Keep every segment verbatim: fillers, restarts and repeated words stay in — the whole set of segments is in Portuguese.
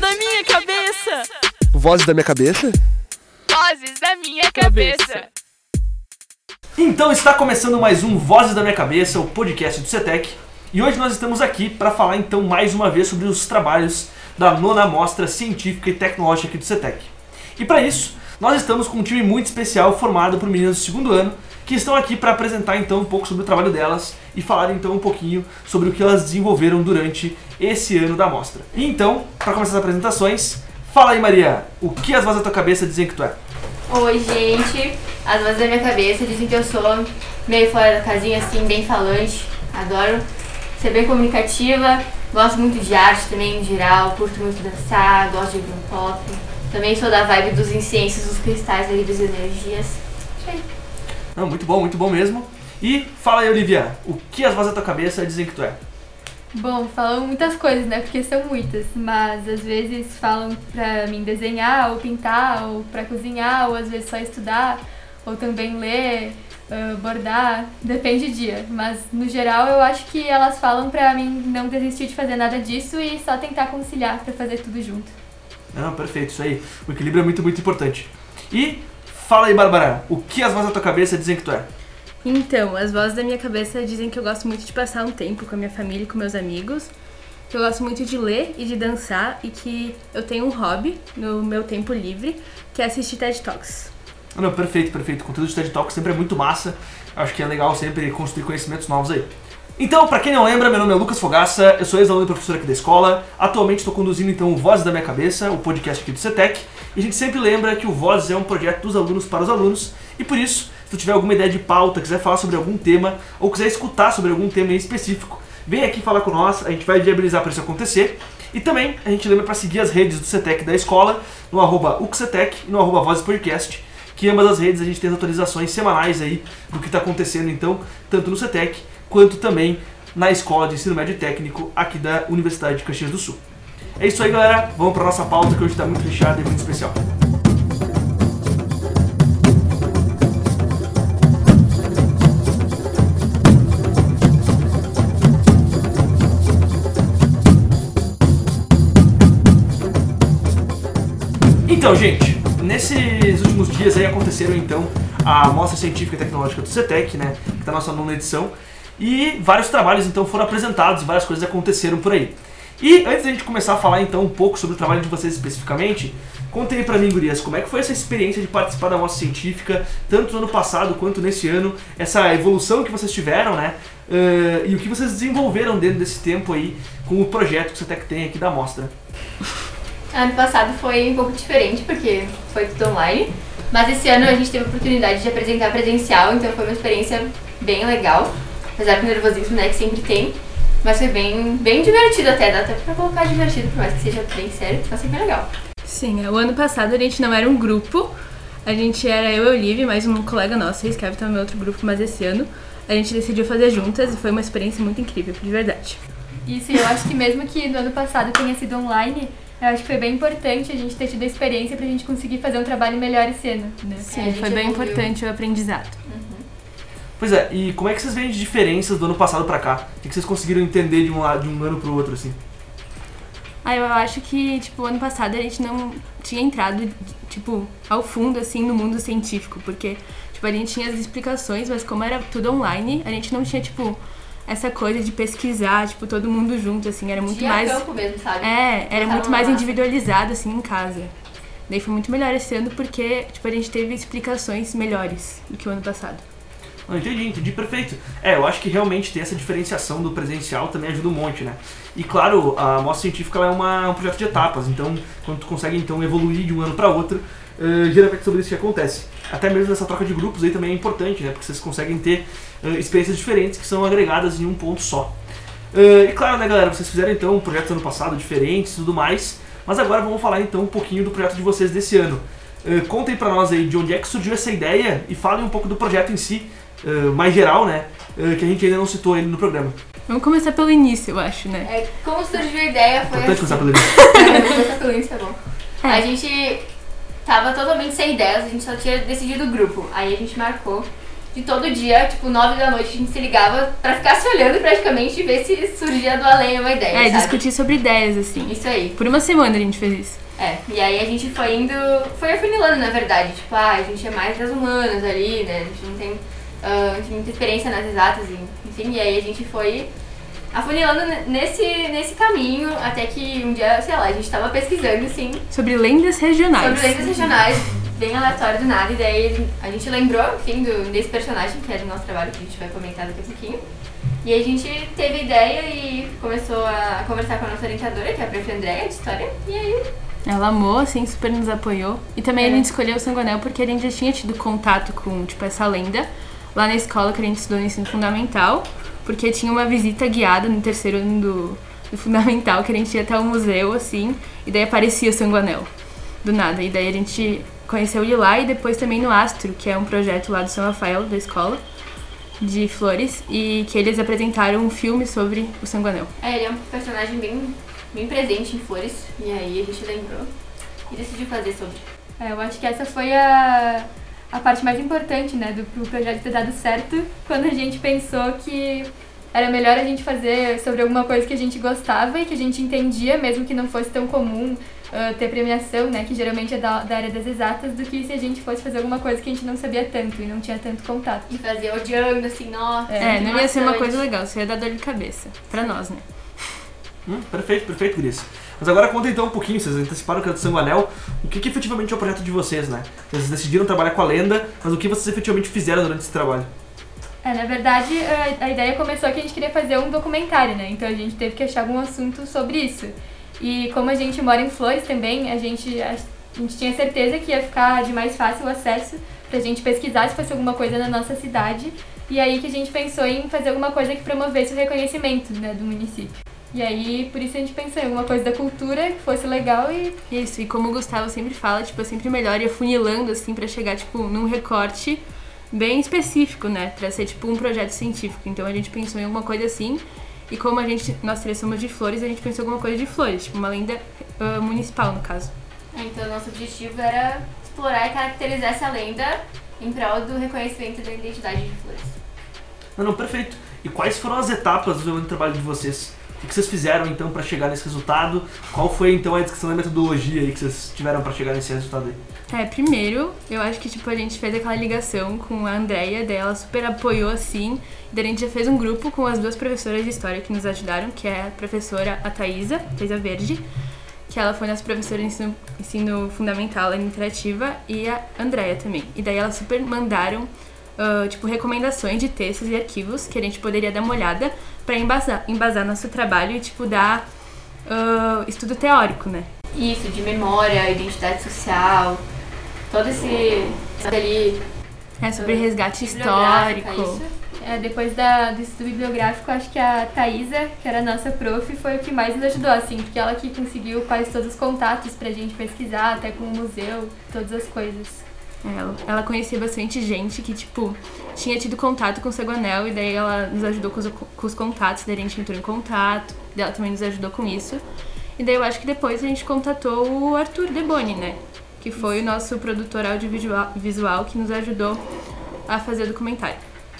da minha cabeça. Vozes da minha cabeça? Vozes da minha cabeça. Então está começando mais um Vozes da Minha Cabeça, o podcast do CETEC. E hoje nós estamos aqui para falar então mais uma vez sobre os trabalhos da nona Mostra Científica e Tecnológica aqui do CETEC. E para isso, nós estamos com um time muito especial formado por meninas do segundo ano que estão aqui para apresentar então um pouco sobre o trabalho delas e falar então um pouquinho sobre o que elas desenvolveram durante esse ano da mostra. E então, para começar as apresentações, fala aí, Maria, o que as vozes da tua cabeça dizem que tu é? Oi, gente, as vozes da minha cabeça dizem que eu sou meio fora da casinha, assim, bem falante, adoro ser bem comunicativa, gosto muito de arte também em geral, curto muito dançar, gosto de ouvir um pop, também sou da vibe dos incensos, dos cristais ali, das energias. Isso aí. Não, muito bom, muito bom mesmo. E fala aí, Olivia, o que as vozes da tua cabeça dizem que tu é? Bom, falam muitas coisas, né? Porque são muitas, mas às vezes falam pra mim desenhar, ou pintar, ou pra cozinhar, ou às vezes só estudar, ou também ler, uh, bordar, depende do dia. Mas no geral eu acho que elas falam pra mim não desistir de fazer nada disso e só tentar conciliar pra fazer tudo junto. Não, perfeito, isso aí. O equilíbrio é muito, muito importante. E fala aí, Bárbara, o que as vozes da tua cabeça dizem que tu é? Então, as vozes da minha cabeça dizem que eu gosto muito de passar um tempo com a minha família e com meus amigos, que eu gosto muito de ler e de dançar e que eu tenho um hobby no meu tempo livre, que é assistir TED Talks. Não, perfeito, perfeito. O conteúdo de TED Talks sempre é muito massa. Acho que é legal sempre construir conhecimentos novos aí. Então, pra quem não lembra, meu nome é Lucas Fogaça, eu sou ex-aluno e professor aqui da escola. Atualmente estou conduzindo então o Vozes da Minha Cabeça, o podcast aqui do CETEC. E a gente sempre lembra que o Vozes é um projeto dos alunos para os alunos. E por isso, se tu tiver alguma ideia de pauta, quiser falar sobre algum tema, ou quiser escutar sobre algum tema em específico, vem aqui falar com nós, a gente vai viabilizar para isso acontecer. E também, a gente lembra para seguir as redes do CETEC da escola, no arroba ucetec e no arroba Vozes Podcast, que ambas as redes a gente tem as atualizações semanais aí do que está acontecendo, então, tanto no CETEC, quanto também na Escola de Ensino Médio Técnico aqui da Universidade de Caxias do Sul. É isso aí, galera. Vamos para nossa pauta que hoje está muito fechada e muito especial. Então, gente, nesses últimos dias aí aconteceram então a Mostra Científica e Tecnológica do CETEC, né, que está na nossa nona edição, e vários trabalhos então foram apresentados e várias coisas aconteceram por aí. E antes da gente começar a falar então um pouco sobre o trabalho de vocês especificamente, contem aí pra mim, gurias, como é que foi essa experiência de participar da Mostra Científica, tanto no ano passado quanto nesse ano, essa evolução que vocês tiveram, né, uh, e o que vocês desenvolveram dentro desse tempo aí com o projeto que o CETEC tem aqui da Mostra. Ano passado foi um pouco diferente, porque foi tudo online, mas esse ano a gente teve a oportunidade de apresentar presencial, então foi uma experiência bem legal, apesar do nervosismo, né, que sempre tem, mas foi bem, bem divertido até, dá até pra colocar divertido, por mais que seja bem sério, mas foi bem legal. Sim, o ano passado a gente não era um grupo, a gente era eu e a Olivia, mais um colega nosso, a Kevin tá no meu outro grupo, mas esse ano a gente decidiu fazer juntas e foi uma experiência muito incrível, de verdade. Isso, eu acho que mesmo que no ano passado tenha sido online, eu acho que foi bem importante a gente ter tido a experiência pra gente conseguir fazer um trabalho melhor esse ano, né? Sim, É, foi bem evoluiu. importante o aprendizado. Uhum. Pois é, e como é que vocês veem de diferenças do ano passado pra cá? O que vocês conseguiram entender de um, lado, de um ano pro outro, assim? Ah, eu acho que, tipo, ano passado a gente não tinha entrado, tipo, ao fundo, assim, no mundo científico, porque, tipo, a gente tinha as explicações, mas como era tudo online, a gente não tinha, tipo, essa coisa de pesquisar, tipo, todo mundo junto, assim, era muito Tinha mais... campo mesmo, sabe? É, era Botava muito uma mais massa. individualizado, assim, em casa. Daí foi muito melhor esse ano porque, tipo, a gente teve explicações melhores do que o ano passado. Não, entendi, entendi, perfeito. É, eu acho que realmente ter essa diferenciação do presencial também ajuda um monte, né? E claro, a Mostra Científica ela é uma, um projeto de etapas, então quando tu consegue então evoluir de um ano para outro, uh, geralmente sobre isso que acontece. Até mesmo essa troca de grupos aí também é importante, né? Porque vocês conseguem ter uh, experiências diferentes que são agregadas em um ponto só. Uh, e claro, né, galera, vocês fizeram então projetos ano passado diferentes e tudo mais, mas agora vamos falar então um pouquinho do projeto de vocês desse ano. Uh, contem pra nós aí de onde é que surgiu essa ideia e falem um pouco do projeto em si, uh, mais geral, né, uh, que a gente ainda não citou ele no programa. Vamos começar pelo início, eu acho, né? É, como surgiu a ideia foi Importante assim. começar pelo início. Começar pelo início é bom. É. A gente tava totalmente sem ideias, a gente só tinha decidido o grupo. Aí a gente marcou de todo dia, tipo, nove da noite, a gente se ligava pra ficar se olhando praticamente e ver se surgia do além uma ideia, É, sabe? discutir sobre ideias, assim. Isso aí. Por uma semana a gente fez isso. É, e aí a gente foi indo, foi afunilando, na verdade. Tipo, ah, a gente é mais das humanas ali, né? A gente não tem uh, muita experiência nas exatas, enfim. E aí a gente foi afunilando nesse, nesse caminho, até que um dia, sei lá, a gente tava pesquisando, assim, Sobre lendas regionais. sobre lendas regionais, bem aleatório do nada. E daí a gente lembrou, enfim, do, desse personagem, que é do nosso trabalho, que a gente vai comentar daqui a pouquinho. E aí a gente teve ideia e começou a conversar com a nossa orientadora, que é a Prof. Andréia, de História. E aí... Ela amou, assim, super nos apoiou. E também É. a gente escolheu o Sanguanel porque a gente já tinha tido contato com, tipo, essa lenda lá na escola que a gente estudou no ensino fundamental, porque tinha uma visita guiada no terceiro ano do, do fundamental, que a gente ia até o museu, assim, e daí aparecia o Sanguanel, do nada. E daí a gente conheceu ele lá e depois também no Astro, que é um projeto lá do São Rafael, da escola, de flores, e que eles apresentaram um filme sobre o Sanguanel. É, ele é um personagem bem, bem presente em Flores, e aí a gente lembrou e decidiu fazer sobre. É, eu acho que essa foi a, a parte mais importante, né, do pro projeto ter dado certo, quando a gente pensou que era melhor a gente fazer sobre alguma coisa que a gente gostava e que a gente entendia, mesmo que não fosse tão comum uh, ter premiação, né, que geralmente é da, da área das exatas, do que se a gente fosse fazer alguma coisa que a gente não sabia tanto e não tinha tanto contato. E fazer odiando, assim, nossa. É, não ia ser uma maçante. coisa legal, isso ia dar dor de cabeça. Pra nós, né? Hum, perfeito, perfeito, Gris. Mas agora conta então um pouquinho, vocês anteciparam que era do Sanguanel, o que, que efetivamente é o projeto de vocês, né? Vocês decidiram trabalhar com a lenda, mas o que vocês efetivamente fizeram durante esse trabalho? É, na verdade, a, a ideia começou que a gente queria fazer um documentário, né? Então a gente teve que achar algum assunto sobre isso. E como a gente mora em Flores também, a gente, a, a gente tinha certeza que ia ficar de mais fácil acesso pra gente pesquisar se fosse alguma coisa na nossa cidade. E aí que a gente pensou em fazer alguma coisa que promovesse o reconhecimento, né, do município. E aí, por isso a gente pensou em alguma coisa da cultura que fosse legal e... Isso, e como o Gustavo sempre fala, tipo, é sempre melhor ir afunilando, assim, pra chegar, tipo, num recorte bem específico, né? Pra ser, tipo, um projeto científico. Então a gente pensou em alguma coisa assim, e como a gente, nós três somos de Flores, a gente pensou em alguma coisa de Flores, tipo, uma lenda uh, municipal, no caso. É, então, nosso objetivo era explorar e caracterizar essa lenda em prol do reconhecimento da identidade de Flores. Não, não, perfeito. E quais foram as etapas do trabalho de vocês? O que vocês fizeram então para chegar nesse resultado? Qual foi então a descrição da metodologia aí que vocês tiveram para chegar nesse resultado aí? É, primeiro, eu acho que, tipo, a gente fez aquela ligação com a Andréia, daí ela super apoiou, assim, daí a gente já fez um grupo com as duas professoras de história que nos ajudaram, que é a professora a Thaisa, Thaisa Verde, que ela foi nossa professora de ensino, ensino fundamental e interativa, e a Andréia também. E daí elas super mandaram Uh, tipo, recomendações de textos e arquivos que a gente poderia dar uma olhada pra embasar, embasar nosso trabalho e, tipo, dar uh, estudo teórico, né? Isso, de memória, identidade social, todo esse... ali... É, sobre resgate bibliográfica, histórico. isso. É, depois da, do estudo bibliográfico, acho que a Thaisa, que era a nossa prof, foi o que mais nos ajudou, assim, porque ela que conseguiu quase todos os contatos pra gente pesquisar, até com o museu, todas as coisas. Ela, ela conhecia bastante gente que, tipo, tinha tido contato com o Sanguanel e daí ela nos ajudou com os, com os contatos, daí a gente entrou em contato, daí ela também nos ajudou com isso. E daí eu acho que depois a gente contatou o Arthur Deboni, né? Que foi o nosso produtor audiovisual visual que nos ajudou a fazer o documentário.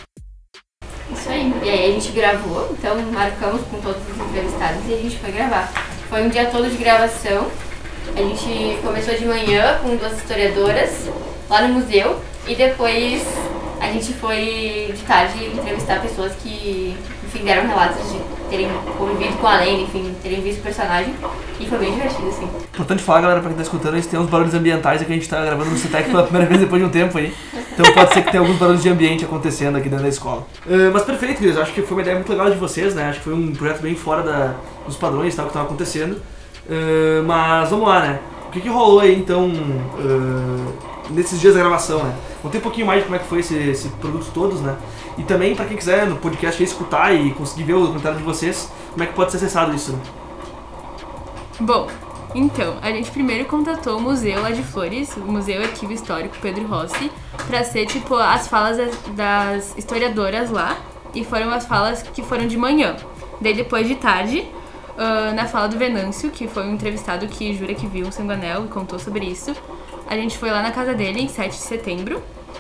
Isso aí. E aí a gente gravou, então marcamos com todos os entrevistados e a gente foi gravar. Foi um dia todo de gravação. A gente começou de manhã com duas historiadoras lá no museu e depois a gente foi de tarde entrevistar pessoas que, enfim, deram relatos de terem convivido com a lenda, enfim, terem visto o personagem e foi bem divertido, assim. Importante falar, galera, pra quem tá escutando, a gente tem uns barulhos ambientais aqui, a gente tá gravando no CETEC pela primeira vez depois de um tempo aí. Então pode ser que tenha alguns barulhos de ambiente acontecendo aqui dentro da escola. Uh, mas perfeito, Cris, acho que foi uma ideia muito legal de vocês, né? Acho que foi um projeto bem fora da, dos padrões, tal, que estavam acontecendo. Uh, mas vamos lá, né? O que, que rolou aí então uh, nesses dias da gravação, né? Contei um pouquinho mais de como é que foi esse, esse produto todos, né? E também pra quem quiser no podcast aí escutar e conseguir ver o documentário de vocês, como é que pode ser acessado isso, né? Bom, então, a gente primeiro contatou o museu lá de Flores, o Museu Arquivo Histórico Pedro Rossi, pra ser, tipo, as falas das, das historiadoras lá, e foram as falas que foram de manhã. Daí, depois de tarde, uh, na fala do Venâncio, que foi um entrevistado que jura que viu um Sanguanel e contou sobre isso, a gente foi lá na casa dele em sete de setembro,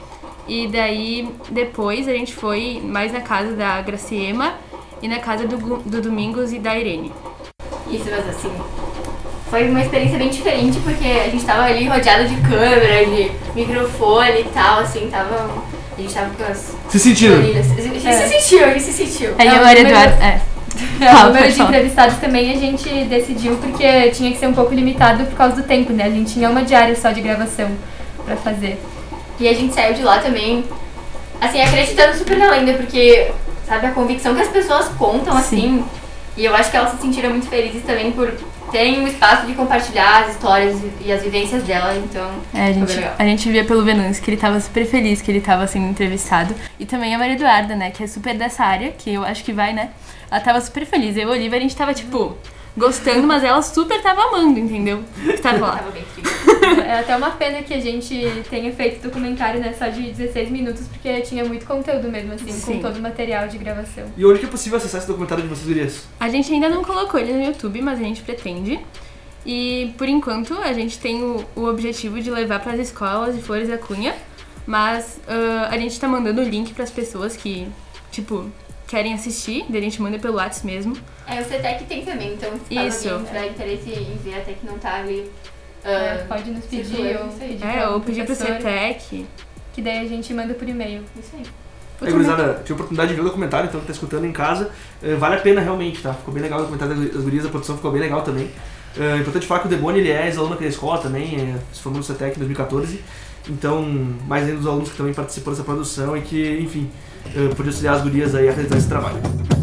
E daí, depois, a gente foi mais na casa da Graciema e na casa do, do Domingos e da Irene. Isso, mas assim, foi uma experiência bem diferente, porque a gente tava ali rodeado de câmera, de microfone e tal, assim, tava... A gente tava com as... Se sentiram? famílias. A gente se sentiu, a gente se sentiu. Aí Não, a Maria o número- Eduarda... É. É, Fala, o número pode de falar. entrevistados também a gente decidiu porque tinha que ser um pouco limitado por causa do tempo, né? A gente tinha uma diária só de gravação pra fazer. E a gente saiu de lá também, assim, acreditando super na lenda, porque, sabe, a convicção que as pessoas contam, assim, e eu acho que elas se sentiram muito felizes também por terem um espaço de compartilhar as histórias e as vivências dela, então É, a foi gente, bem legal. a gente via pelo Venâncio que ele tava super feliz que ele tava sendo entrevistado. E também a Maria Eduarda, né, que é super dessa área, que eu acho que vai, né? Ela tava super feliz. Eu e a Olivia, a gente tava, tipo, gostando, mas ela super tava amando, entendeu? Que tava lá. Tava bem incrível. É até uma pena que a gente tenha feito documentário, né, só de dezesseis minutos, porque tinha muito conteúdo mesmo, assim, Sim. com todo o material de gravação. E onde que é possível acessar esse documentário de vocês, gurias? A gente ainda não colocou ele no YouTube, mas a gente pretende. E, por enquanto, a gente tem o, o objetivo de levar para as escolas de Flores da Cunha, mas ah, a gente tá mandando o link para as pessoas que, tipo, querem assistir, daí a gente manda pelo WhatsApp mesmo. É, o CETEC tem também, então se caso Isso. alguém tiver interesse em ver até que não tá ali... É, ah, pode nos pedir circulando, ou isso aí. pedir pra É, ou algum pedir pro professor, CETEC. que daí a gente manda por e-mail. Isso aí. Aí, gurizada, tive a oportunidade de ver o documentário, então que tá escutando em casa, eh, vale a pena realmente, tá? Ficou bem legal o documentário das gurias, a produção ficou bem legal também. É importante falar que o Deboni, ele é ex-aluno aqui da escola também, é, se formou no CETEC em dois mil e quatorze, então, mais ainda dos alunos que também participou dessa produção e que, enfim, eh, pôde auxiliar as gurias aí a realizar esse trabalho.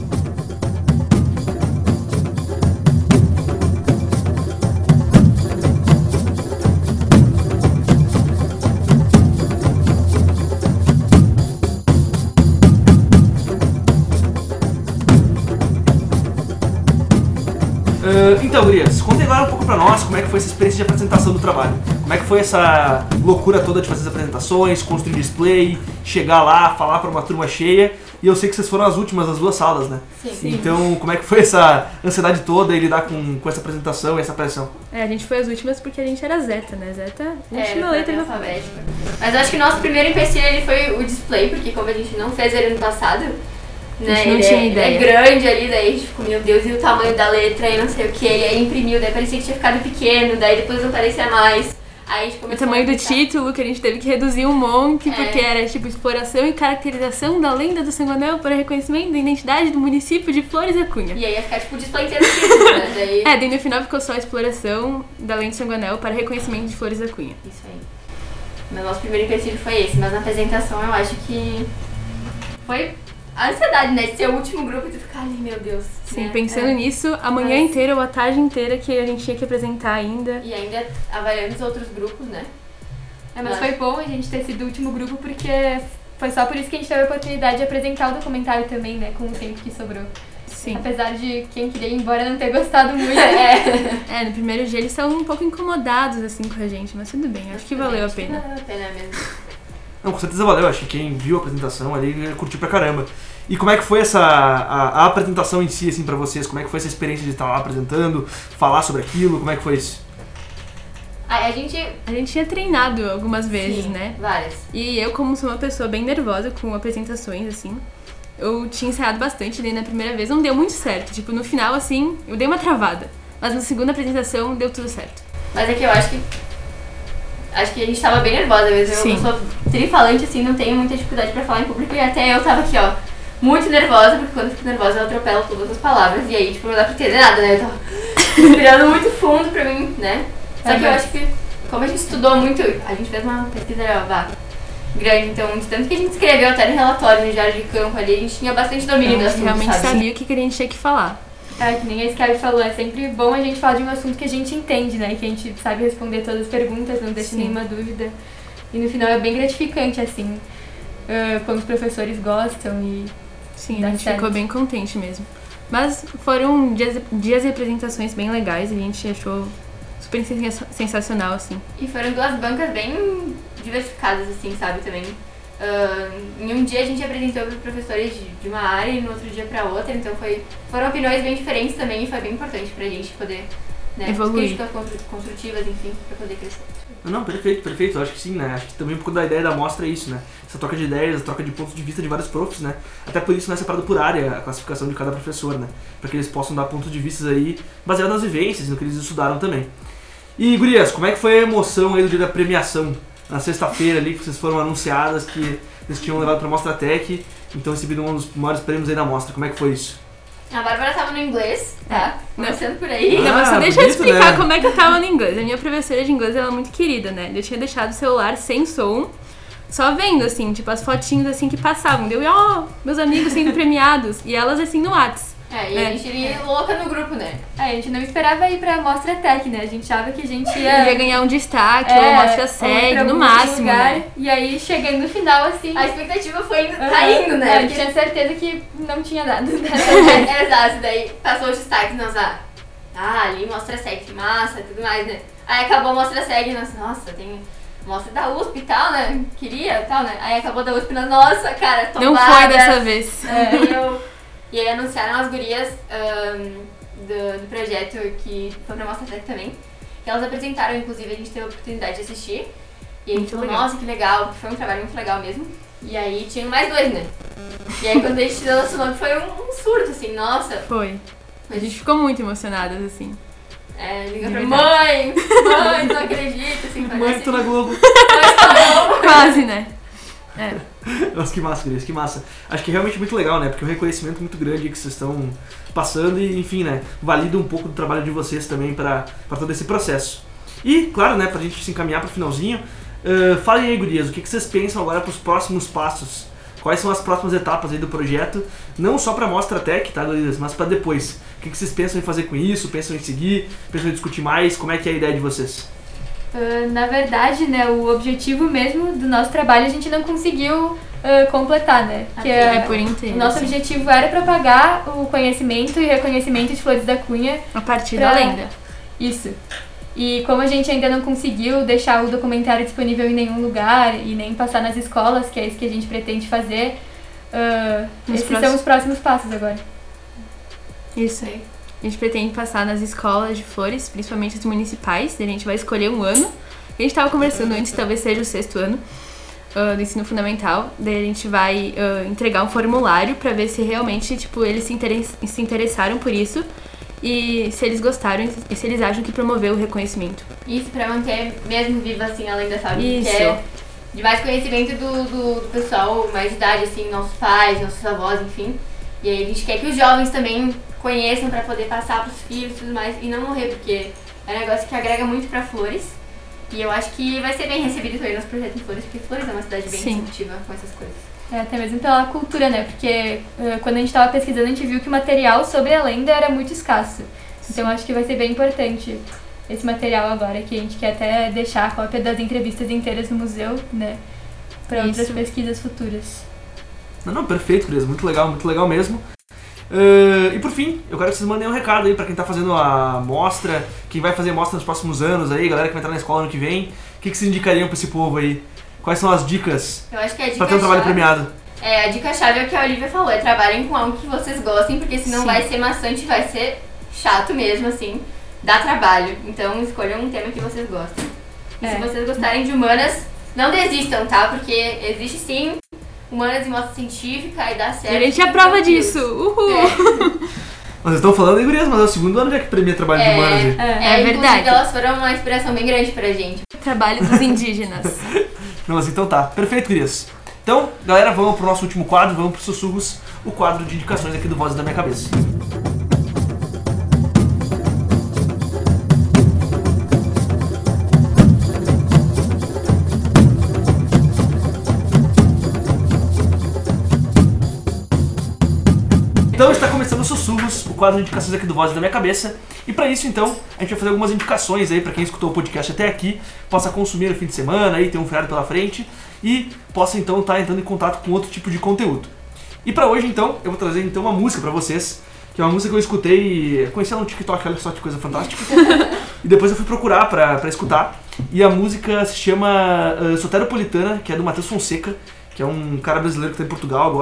Uh, então, gurias, contem agora um pouco pra nós como é que foi essa experiência de apresentação do trabalho. Como é que foi essa loucura toda de fazer as apresentações, construir display, chegar lá, falar pra uma turma cheia. E eu sei que vocês foram as últimas das duas salas, né? Sim. Então, como é que foi essa ansiedade toda e lidar com, com essa apresentação e essa pressão? É, a gente foi as últimas porque a gente era Zeta, né? Zeta, É, última era letra do alfabética. Mas eu acho que o nosso primeiro empecilho ele foi o display, porque como a gente não fez ele ano passado, né, gente não ele, tinha é, ele é ideia. grande ali, daí a gente ficou, meu Deus, e o tamanho da letra e não sei o que, e aí imprimiu, daí parecia que tinha ficado pequeno, daí depois não parecia mais. Aí a gente O começou tamanho a do pensar. título, que a gente teve que reduzir um monte, É. porque era tipo exploração e caracterização da lenda do Sangonel para reconhecimento da identidade do município de Flores da Cunha. E aí ia ficar tipo o display inteiro escrito, né? Daí... É, daí no final ficou só exploração da lenda do Sangonel para reconhecimento de Flores da Cunha. Isso aí. Mas nosso primeiro empecilho foi esse, mas na apresentação eu acho que foi a ansiedade, né? De ser o último grupo e tu ficar ali, meu Deus. Sim, né? pensando É. nisso, a manhã Mas- inteira ou a tarde inteira que a gente tinha que apresentar ainda. E ainda avaliando os outros grupos, né? É, mas foi bom a gente ter sido o último grupo porque foi só por isso que a gente teve a oportunidade de apresentar o documentário também, né? Com o tempo que sobrou. Sim. Apesar de quem queria ir embora não ter gostado muito. É. É, no primeiro dia eles estavam um pouco incomodados assim com a gente, mas tudo bem, acho que valeu a pena. Valeu a pena mesmo. Não, com certeza valeu, acho que quem viu a apresentação ali curtiu pra caramba. E como é que foi essa a, a apresentação em si, assim, pra vocês? Como é que foi essa experiência de estar lá apresentando, falar sobre aquilo, como é que foi isso? Aí a gente... A gente tinha treinado algumas vezes, Sim, né? várias. E eu, como sou uma pessoa bem nervosa com apresentações, assim, eu tinha ensaiado bastante, daí na primeira vez não deu muito certo. Tipo, no final, assim, eu dei uma travada. Mas na segunda apresentação deu tudo certo. Mas é que eu acho que... Acho que a gente tava bem nervosa mesmo. Sim. Eu sou trifalante, assim, não tenho muita dificuldade pra falar em público. E até eu tava aqui, ó, muito nervosa, porque quando eu fico nervosa eu atropelo todas as palavras. E aí, tipo, não dá pra entender nada, né? Eu tava respirando muito fundo pra mim, né? Só É, que eu mas- acho que, como a gente estudou muito, a gente fez uma pesquisa vá, grande, então, de tanto que a gente escreveu até no relatório, no diário de campo ali, a gente tinha bastante domínio Então, do assunto, realmente sabe? sabia o que que a gente tinha que falar. É, que nem a Skype falou, é sempre bom a gente falar de um assunto que a gente entende, né? Que a gente sabe responder todas as perguntas, não deixa Sim. nenhuma dúvida. E no final é bem gratificante, assim, ah, quando os professores gostam e... Sim, Dá a gente certo. ficou bem contente mesmo. Mas foram dias, dias de apresentações bem legais, a gente achou super sensa- sensacional, assim. E foram duas bancas bem diversificadas, assim, sabe, também. Ah, em um dia a gente apresentou para professores de, de uma área e no outro dia para outra, então foi, foram opiniões bem diferentes também e foi bem importante pra gente poder né? Evoluir. Críticas construtivas, enfim, pra poder crescer. Não, perfeito, perfeito. Eu acho que sim, né? Acho que também um pouco da ideia da mostra é isso, né? Essa troca de ideias, a troca de pontos de vista de vários profs, né? Até por isso não é separado por área a classificação de cada professor, né? Pra que eles possam dar pontos de vista aí baseados nas vivências e no que eles estudaram também. E, gurias, como é que foi a emoção aí do dia da premiação? Na sexta-feira ali, que vocês foram anunciadas que eles tinham levado pra Mostra Tech, então recebido um dos maiores prêmios aí da mostra. Como é que foi isso? A Bárbara tava no inglês, tá? Não. Começando por aí. Não, mas só Ah, deixa eu bonito, explicar né? como é que eu tava no inglês. A minha professora de inglês, ela é muito querida, né? Eu tinha deixado o celular sem som, só vendo, assim, tipo, as fotinhas, assim, que passavam. Deu, ó, oh, meus amigos sendo premiados. E elas, assim, no Whats. É, e É. a gente ia louca no grupo, né? É, a gente não esperava ir pra Mostra Tech, né? A gente achava que a gente Eu ia... ia ganhar um destaque, é, ou mostra ou seg, pra no algum máximo, lugar, né? E aí, chegando no final, assim... A expectativa foi indo, aham, tá indo, A né? gente tinha certeza que não tinha dado. Né? É, exato, daí passou os destaques, nós ah, ah, ali mostra seg, que massa e tudo mais, né? Aí acabou a mostra seg, nós, nossa, tem mostra da U S P e tal, né? Queria e tal, né? Aí acabou da U S P, nós, nossa, cara, tomada. Não foi dessa vez. É, e, eu, e aí anunciaram as gurias um, do, do projeto que foi pra Mostra Tech também. Que elas apresentaram, inclusive a gente teve a oportunidade de assistir. E a gente Muito falou, legal. nossa, que legal, foi um trabalho muito legal mesmo. E aí tinha mais dois, né? E aí quando a gente deu nosso nome foi um, um surto, assim, nossa. Foi. A gente ficou muito emocionadas, assim. É, liga De pra verdade. mãe, mãe, não acredito, assim, Mãe, parece. tô na Globo. Quase, né? É. Nossa, que massa, gurias, que massa. Acho que é realmente muito legal, né? Porque é um reconhecimento muito grande que vocês estão passando e, enfim, né? Valida um pouco do trabalho de vocês também pra, pra todo esse processo. E, claro, né? Pra gente se encaminhar pro finalzinho, uh, falem aí, gurias, o que, que vocês pensam agora pros próximos passos? Quais são as próximas etapas aí do projeto? Não só pra Mostra Tech, tá, gurias? Mas pra depois. O que, que vocês pensam em fazer com isso? Pensam em seguir? Pensam em discutir mais? Como é que é a ideia de vocês? Uh, na verdade, né, o objetivo mesmo do nosso trabalho a gente não conseguiu uh, completar, né? Que É é, por inteiro. o nosso assim. objetivo era propagar o conhecimento e reconhecimento de Flores da Cunha. A partir pra- da lenda. Isso. E como a gente ainda não conseguiu deixar o documentário disponível em nenhum lugar e nem passar nas escolas, que é isso que a gente pretende fazer, uh, Nos esses próximos- são os próximos passos agora. Isso aí. A gente pretende passar nas escolas de Flores, principalmente as municipais, e a gente vai escolher um ano. A gente tava conversando antes, talvez seja o sexto ano uh, do ensino fundamental. Daí a gente vai uh, entregar um formulário pra ver se realmente, tipo, eles se, interes- se interessaram por isso e se eles gostaram e se eles acham que promoveu o reconhecimento. Isso pra manter mesmo viva, assim, a lenda, sabe? Isso. Que é de mais conhecimento do, do, do pessoal mais de idade, assim, nossos pais, nossos avós, enfim. E aí a gente quer que os jovens também conheçam pra poder passar pros filhos e tudo mais e não morrer, porque é um negócio que agrega muito pra Flores. E eu acho que vai ser bem recebido também nos projetos em Flores, porque Flores é uma cidade bem Sim. receptiva com essas coisas. É, até mesmo pela cultura, né? Porque uh, quando a gente estava pesquisando, a gente viu que o material sobre a lenda era muito escasso. Então acho que vai ser bem importante esse material agora, que a gente quer até deixar a cópia das entrevistas inteiras no museu, né? Para outras Isso. pesquisas futuras. Não, não, perfeito, Cris. Muito legal, muito legal mesmo. Uh, e por fim, eu quero que vocês mandem um recado aí pra quem tá fazendo a mostra, quem vai fazer mostra nos próximos anos aí, galera que vai entrar na escola ano que vem. O que, que vocês indicariam pra esse povo aí? Quais são as dicas Eu acho que a dica pra ter um trabalho chave- premiado? É, a dica-chave é o que a Olivia falou, é trabalhem com algo que vocês gostem, porque senão Sim. vai ser maçante, vai ser chato mesmo, assim, dá trabalho. Então escolham um tema que vocês gostem. E É. se vocês gostarem de humanas, não desistam, tá? Porque existe sim humanas e mostra científica e dá certo. E a gente é prova Tranquilos. disso. Uhul! É, Vocês estão falando aí, gurias, mas é o segundo ano já que premia trabalho de humanos aí. É. é, É inclusive verdade. elas foram uma inspiração bem grande pra gente. Trabalho dos indígenas. Não, mas então tá. Perfeito, gurias. Então, galera, vamos pro nosso último quadro, vamos pros sussurros, o quadro de indicações aqui do Vozes da Minha Cabeça. Então está começando o Sussurros, o quadro de indicações aqui do Vozes da Minha Cabeça. E para isso, então, a gente vai fazer algumas indicações aí para quem escutou o podcast até aqui, possa consumir no fim de semana, aí tem um feriado pela frente e possa então estar entrando em contato com outro tipo de conteúdo. E para hoje, então, eu vou trazer então uma música para vocês, que é uma música que eu escutei, conheci ela no TikTok, olha só que coisa fantástica. E depois eu fui procurar para para escutar. E a música se chama uh, Soteropolitana, que é do Matheus Fonseca, que é um cara brasileiro que está em Portugal agora.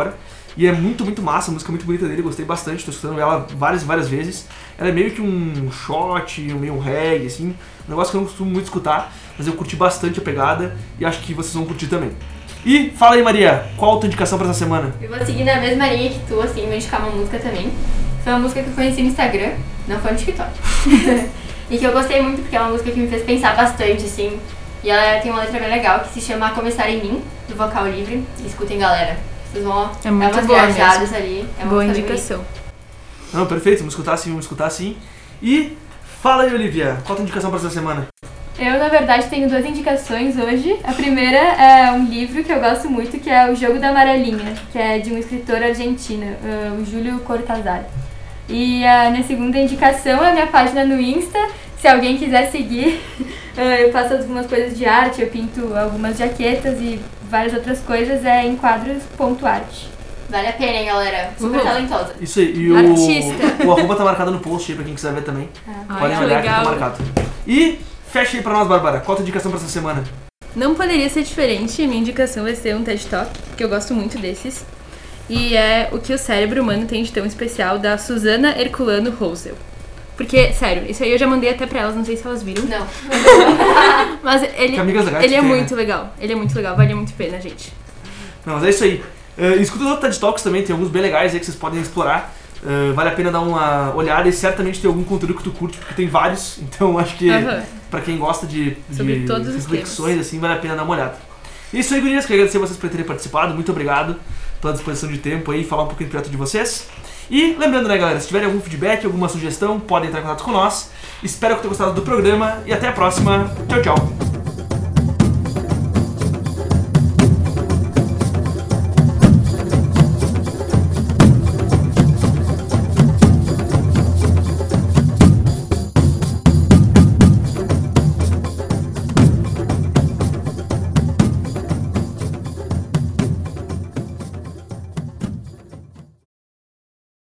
E é muito, muito massa, a música é muito bonita dele, gostei bastante, tô escutando ela várias e várias vezes. Ela é meio que um shot, meio um reggae, assim, um negócio que eu não costumo muito escutar, mas eu curti bastante a pegada e acho que vocês vão curtir também. E fala aí, Maria, qual a tua indicação pra essa semana? Eu vou seguir na mesma linha que tu, assim, vou indicar uma música também. Foi uma música que eu conheci no Instagram, não foi no TikTok. E que eu gostei muito porque é uma música que me fez pensar bastante, assim. E ela tem uma letra bem legal que se chama A Começar em Mim, do Vocal Livre. Escutem, galera. Vocês vão É muito dar umas boa viajadas ali. É uma Boa música bem indicação. Não, perfeito, vamos escutar sim, vamos escutar sim. E fala aí, Olivia, qual a tua indicação pra essa semana? Eu, na verdade, tenho duas indicações hoje. A primeira é um livro que eu gosto muito, que é O Jogo da Amarelinha, que é de um escritor argentino, uh, o Júlio Cortázar. E a minha segunda indicação é a minha página no Insta. Se alguém quiser seguir, uh, eu faço algumas coisas de arte, eu pinto algumas jaquetas e várias outras coisas, é enquadros ponto arte. Vale a pena, hein, galera? Super Uhum. talentosa. Isso aí, e o, Artista. o arroba tá marcado no post aí pra quem quiser ver também. Ai, Podem que olhar que tá legal. marcado. E fecha aí pra nós, Bárbara, qual a tua indicação pra essa semana? Não poderia ser diferente, a minha indicação vai ser um TED Talk, que eu gosto muito desses. E é O que o Cérebro Humano Tem de Tão Especial, da Susana Herculano Rosel. Porque, sério, isso aí eu já mandei até pra elas, não sei se elas viram. Não. Mas ele, Que amigas legais ele que é tem, muito né? legal, ele é muito legal, vale muito a pena, gente. Não, mas é isso aí. Uh, escuta os outros TED Talks também, tem alguns bem legais aí que vocês podem explorar. Uh, vale a pena dar uma olhada e certamente tem algum conteúdo que tu curte, porque tem vários. Então acho que Aham. pra quem gosta de, Sobre de todos os reflexões, assim, vale a pena dar uma olhada. E isso aí, gurias, queria agradecer vocês por terem participado. Muito obrigado pela disposição de tempo aí, falar um pouquinho do projeto de vocês. E lembrando, né, galera, se tiverem algum feedback, alguma sugestão, podem entrar em contato com nós. Espero que tenham gostado do programa e até a próxima. Tchau, tchau.